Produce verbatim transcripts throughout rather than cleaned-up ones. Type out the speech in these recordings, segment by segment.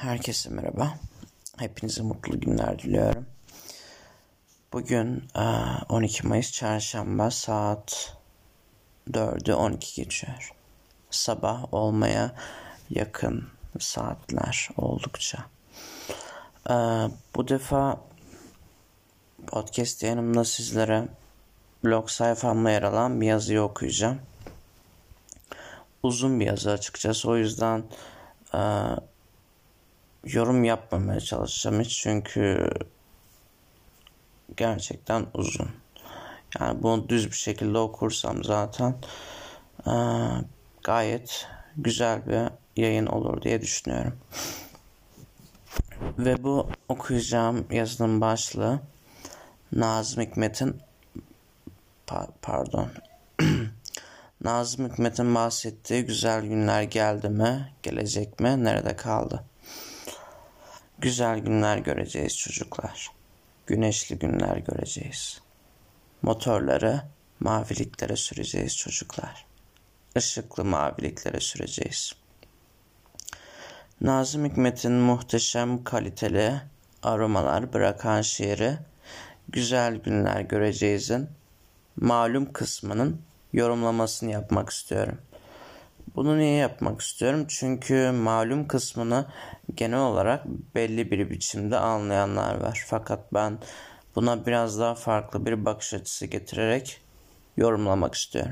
Herkese merhaba. Hepinize mutlu günler diliyorum. Bugün on iki Mayıs Çarşamba, saat dördü on iki geçiyor. Sabah olmaya yakın saatler oldukça. Bu defa podcast yayınımda sizlere blog sayfamda yer alan bir yazıyı okuyacağım. Uzun bir yazı açıkçası, o yüzden yorum yapmamaya çalışacağım hiç, çünkü gerçekten uzun. Yani bunu düz bir şekilde okursam zaten e, gayet güzel bir yayın olur diye düşünüyorum. Ve bu okuyacağım yazının başlığı Nazım Hikmet'in pa- pardon Nazım Hikmet'in bahsettiği güzel günler geldi mi, gelecek mi, nerede kaldı? Güzel günler göreceğiz çocuklar. Güneşli günler göreceğiz. Motorları maviliklere süreceğiz çocuklar. Işıklı maviliklere süreceğiz. Nazım Hikmet'in muhteşem kaliteli aromalar bırakan şiiri Güzel Günler Göreceğiz'in malum kısmının yorumlamasını yapmak istiyorum. Bunu niye yapmak istiyorum? Çünkü malum kısmını genel olarak belli bir biçimde anlayanlar var. Fakat ben buna biraz daha farklı bir bakış açısı getirerek yorumlamak istiyorum.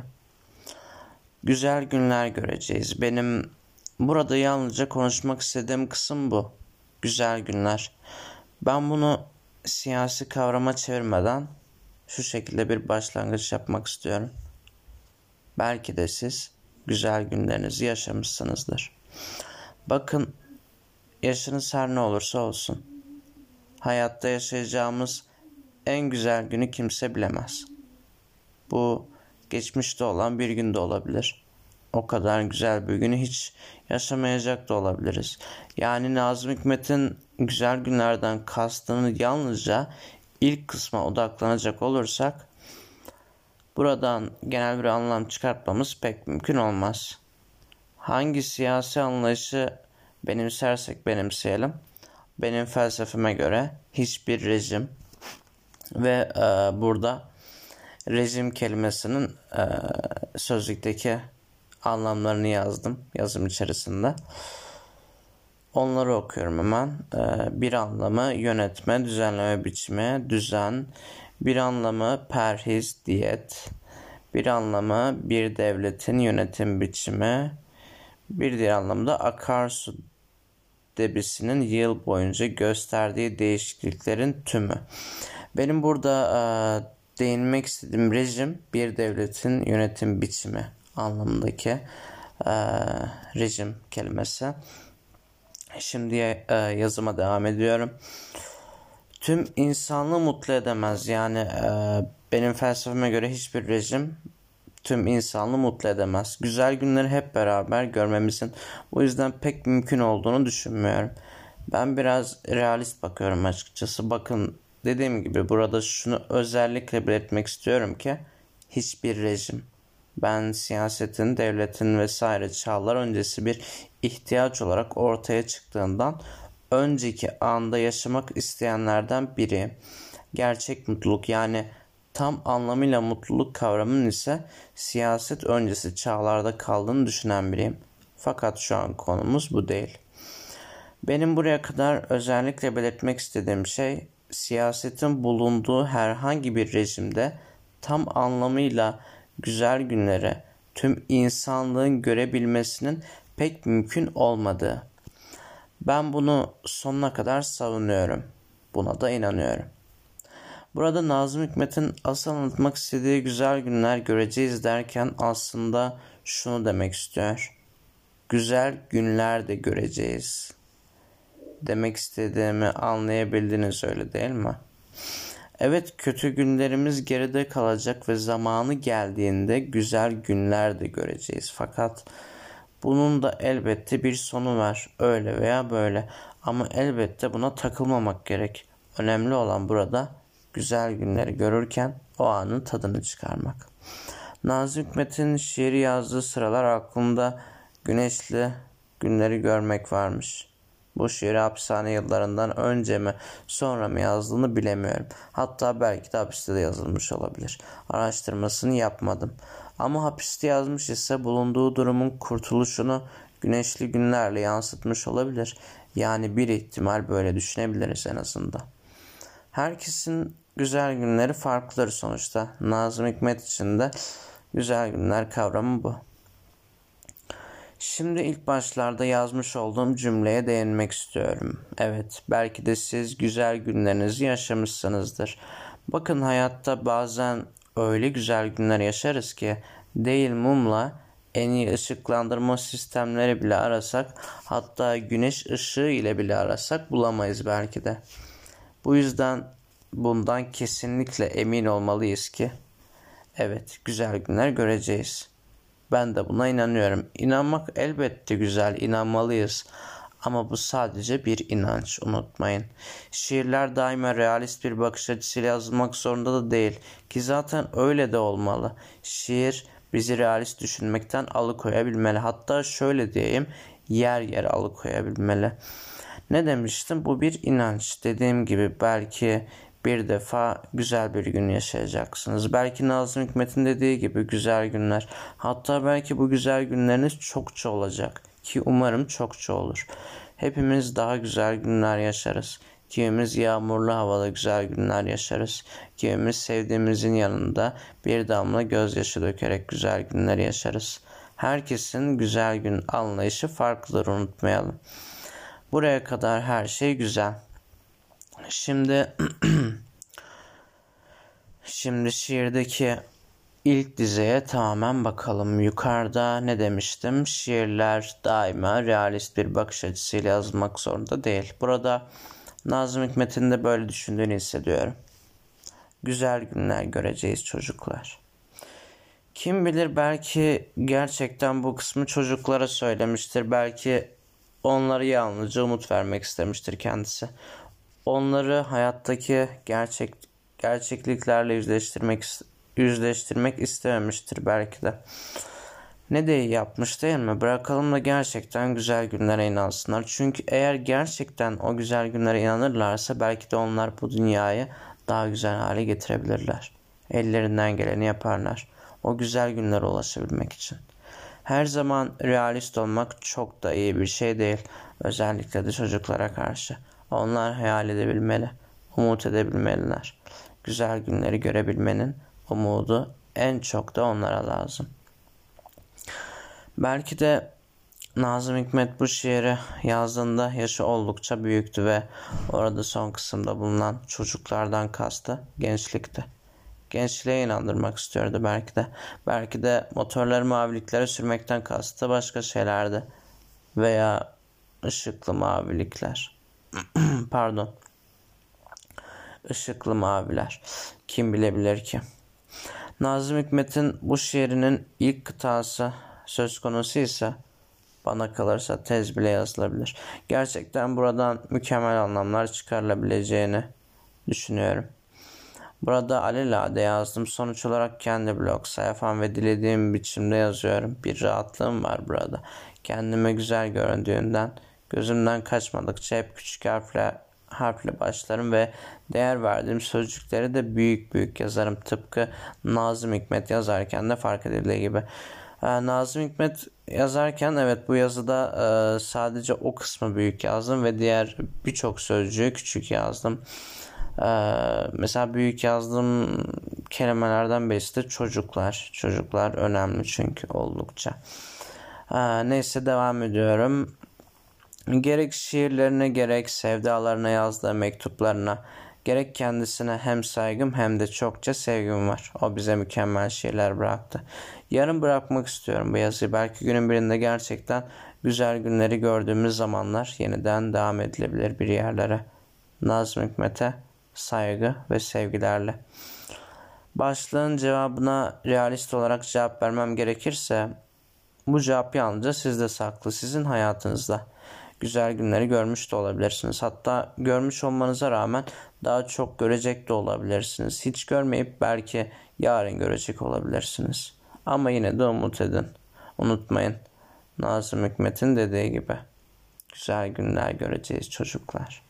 Güzel günler göreceğiz. Benim burada yalnızca konuşmak istediğim kısım bu. Güzel günler. Ben bunu siyasi kavrama çevirmeden şu şekilde bir başlangıç yapmak istiyorum. Belki de siz güzel günlerinizi yaşamışsınızdır. Bakın, yaşınız her ne olursa olsun, hayatta yaşayacağımız en güzel günü kimse bilemez. Bu geçmişte olan bir gün de olabilir. O kadar güzel bir günü hiç yaşamayacak da olabiliriz. Yani Nazım Hikmet'in güzel günlerden kastını yalnızca ilk kısma odaklanacak olursak buradan genel bir anlam çıkartmamız pek mümkün olmaz. Hangi siyasi anlayışı benimsersek benimseyelim, benim felsefeme göre hiçbir rejim ve e, burada rejim kelimesinin e, sözlükteki anlamlarını yazdım yazım içerisinde. Onları okuyorum hemen. E, bir anlamı yönetme, düzenleme biçimi, düzen. Bir anlamı perhiz, diyet. Bir anlamı bir devletin yönetim biçimi. Bir diğer anlamda akarsu debisinin yıl boyunca gösterdiği değişikliklerin tümü. Benim burada e, değinmek istediğim rejim bir devletin yönetim biçimi anlamındaki e, rejim kelimesi. Şimdi e, yazıma devam ediyorum. Tüm insanlığı mutlu edemez. Yani e, benim felsefeme göre hiçbir rejim tüm insanlığı mutlu edemez. Güzel günleri hep beraber görmemizin o yüzden pek mümkün olduğunu düşünmüyorum. Ben biraz realist bakıyorum açıkçası. Bakın, dediğim gibi burada şunu özellikle belirtmek istiyorum ki hiçbir rejim, ben siyasetin, devletin vesaire çağlar öncesi bir ihtiyaç olarak ortaya çıktığından önceki anda yaşamak isteyenlerden biri. Gerçek mutluluk, yani tam anlamıyla mutluluk kavramının ise siyaset öncesi çağlarda kaldığını düşünen biriyim. Fakat şu an konumuz bu değil. Benim buraya kadar özellikle belirtmek istediğim şey, siyasetin bulunduğu herhangi bir rejimde tam anlamıyla güzel günleri tüm insanlığın görebilmesinin pek mümkün olmadığı. Ben bunu sonuna kadar savunuyorum. Buna da inanıyorum. Burada Nazım Hikmet'in asıl anlatmak istediği güzel günler göreceğiz derken aslında şunu demek istiyor. Güzel günler de göreceğiz. Demek istediğimi anlayabildiniz, öyle değil mi? Evet, kötü günlerimiz geride kalacak ve zamanı geldiğinde güzel günler de göreceğiz. Fakat bunun da elbette bir sonu var, öyle veya böyle. Ama elbette buna takılmamak gerek. Önemli olan burada güzel günleri görürken o anın tadını çıkarmak. Nazım Hikmet'in şiiri yazdığı sıralar aklımda güneşli günleri görmek varmış. Bu şiiri hapishane yıllarından önce mi sonra mı yazdığını bilemiyorum. Hatta belki de hapiste de yazılmış olabilir. Araştırmasını yapmadım. Ama hapiste yazmış ise bulunduğu durumun kurtuluşunu güneşli günlerle yansıtmış olabilir. Yani bir ihtimal böyle düşünebiliriz en azından. Herkesin güzel günleri farklıdır sonuçta. Nazım Hikmet için de güzel günler kavramı bu. Şimdi ilk başlarda yazmış olduğum cümleye değinmek istiyorum. Evet, belki de siz güzel günlerinizi yaşamışsınızdır. Bakın, hayatta bazen öyle güzel günler yaşarız ki değil mumla en iyi ışıklandırma sistemleri bile arasak, hatta güneş ışığı ile bile arasak bulamayız belki de. Bu yüzden bundan kesinlikle emin olmalıyız ki evet, güzel günler göreceğiz. Ben de buna inanıyorum. İnanmak elbette güzel, inanmalıyız. Ama bu sadece bir inanç, unutmayın. Şiirler daima realist bir bakış açısıyla yazılmak zorunda da değil. Ki zaten öyle de olmalı. Şiir bizi realist düşünmekten alıkoyabilmeli. Hatta şöyle diyeyim, yer yer alıkoyabilmeli. Ne demiştim? Bu bir inanç. Dediğim gibi belki bir defa güzel bir gün yaşayacaksınız. Belki Nazım Hikmet'in dediği gibi güzel günler. Hatta belki bu güzel günleriniz çokça olacak. Ki umarım çokça olur. Hepimiz daha güzel günler yaşarız. Kimimiz yağmurlu havada güzel günler yaşarız. Kimimiz sevdiğimizin yanında bir damla gözyaşı dökerek güzel günler yaşarız. Herkesin güzel gün anlayışı farklıdır, unutmayalım. Buraya kadar her şey güzel. Şimdi şimdi şiirdeki ilk dizeye tamamen bakalım. Yukarıda ne demiştim? Şiirler daima realist bir bakış açısıyla yazılmak zorunda değil. Burada Nazım Hikmet'in de böyle düşündüğünü hissediyorum. Güzel günler göreceğiz çocuklar. Kim bilir, belki gerçekten bu kısmı çocuklara söylemiştir. Belki onlara yalnızca umut vermek istemiştir kendisi. Onları hayattaki gerçek gerçekliklerle yüzleştirmek yüzleştirmek istememiştir belki de. Ne de iyi yapmış değil mi? Bırakalım da gerçekten güzel günlere inansınlar. Çünkü eğer gerçekten o güzel günlere inanırlarsa belki de onlar bu dünyayı daha güzel hale getirebilirler. Ellerinden geleni yaparlar. O güzel günlere ulaşabilmek için. Her zaman realist olmak çok da iyi bir şey değil. Özellikle de çocuklara karşı. Onlar hayal edebilmeli, umut edebilmeliler. Güzel günleri görebilmenin umudu en çok da onlara lazım. Belki de Nazım Hikmet bu şiiri yazdığında yaşı oldukça büyüktü ve orada son kısımda bulunan çocuklardan kastı gençlikti. Gençliğe inandırmak istiyordu belki de. Belki de motorları maviliklere sürmekten kastı başka şeylerdi. Veya ışıklı mavilikler. Pardon. Işıklı maviler. Kim bilebilir ki? Nazım Hikmet'in bu şiirinin ilk kıtası söz konusu ise bana kalırsa tez bile yazılabilir. Gerçekten buradan mükemmel anlamlar çıkarılabileceğini düşünüyorum. Burada alelade yazdım. Sonuç olarak kendi blog sayfam ve dilediğim biçimde yazıyorum. Bir rahatlığım var burada. Kendime güzel göründüğünden, gözümden kaçmadıkça hep küçük harfle, harfle başlarım ve değer verdiğim sözcükleri de büyük büyük yazarım. Tıpkı Nazım Hikmet yazarken de fark edildiği gibi. Ee, Nazım Hikmet yazarken evet, bu yazıda e, sadece o kısmı büyük yazdım ve diğer birçok sözcüğü küçük yazdım. Ee, mesela büyük yazdığım kelimelerden birisi de çocuklar. Çocuklar önemli çünkü oldukça. Ee, neyse, devam ediyorum. Gerek şiirlerine gerek sevdalarına yazdığı mektuplarına gerek kendisine hem saygım hem de çokça sevgim var. O bize mükemmel şiirler bıraktı. Yarın bırakmak istiyorum bu yazıyı. Belki günün birinde gerçekten güzel günleri gördüğümüz zamanlar yeniden devam edilebilir bir yerlere. Nazım Hikmet'e saygı ve sevgilerle. Başlığın cevabına realist olarak cevap vermem gerekirse, bu cevap yalnızca sizde saklı, sizin hayatınızda. Güzel günleri görmüş de olabilirsiniz. Hatta görmüş olmanıza rağmen daha çok görecek de olabilirsiniz. Hiç görmeyip belki yarın görecek olabilirsiniz. Ama yine de umut edin. Unutmayın, Nazım Hikmet'in dediği gibi. güzel günler göreceğiz çocuklar.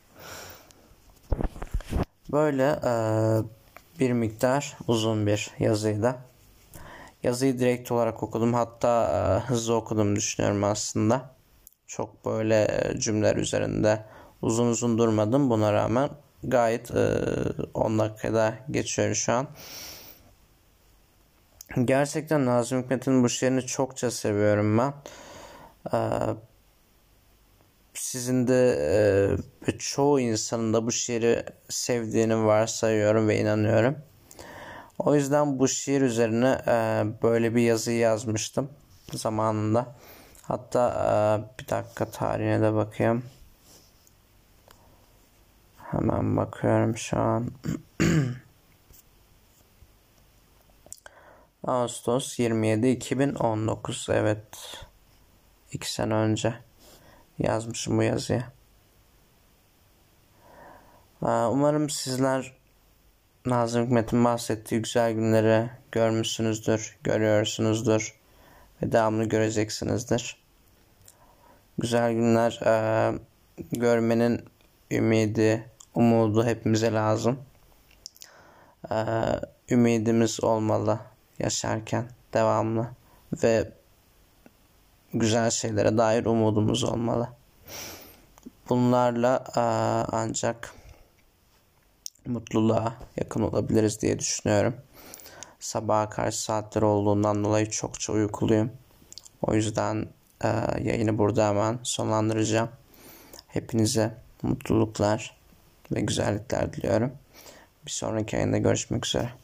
Böyle e, bir miktar uzun bir yazıydı. Yazıyı direkt olarak okudum. Hatta e, hızlı okudum düşünüyorum aslında. Çok böyle e, cümleler üzerinde uzun uzun durmadım. Buna rağmen gayet e, on dakikada geçiyor şu an. Gerçekten Nazım Hikmet'in bu şiirini çokça seviyorum ben. Ee, sizin de e, çoğu insanın da bu şiiri sevdiğini varsayıyorum ve inanıyorum. O yüzden bu şiir üzerine e, böyle bir yazı yazmıştım zamanında. Hatta e, bir dakika tarihine de bakayım. Hemen bakıyorum şu an. Ağustos yirmi yedi iki bin on dokuz, evet, iki sene önce yazmışım bu yazıyı. Umarım sizler Nazım Hikmet'in bahsettiği güzel günleri görmüşsünüzdür, görüyorsunuzdur ve devamlı göreceksinizdir. Güzel günler e, görmenin ümidi, umudu hepimize lazım. E, ümidimiz olmalı yaşarken devamlı ve güzel şeylere dair umudumuz olmalı. Bunlarla e, ancak mutluluğa yakın olabiliriz diye düşünüyorum. Sabaha karşı saatler olduğundan dolayı çokça uykuluyum. O yüzden e, yayını burada hemen sonlandıracağım. Hepinize mutluluklar ve güzellikler diliyorum. Bir sonraki yayında görüşmek üzere.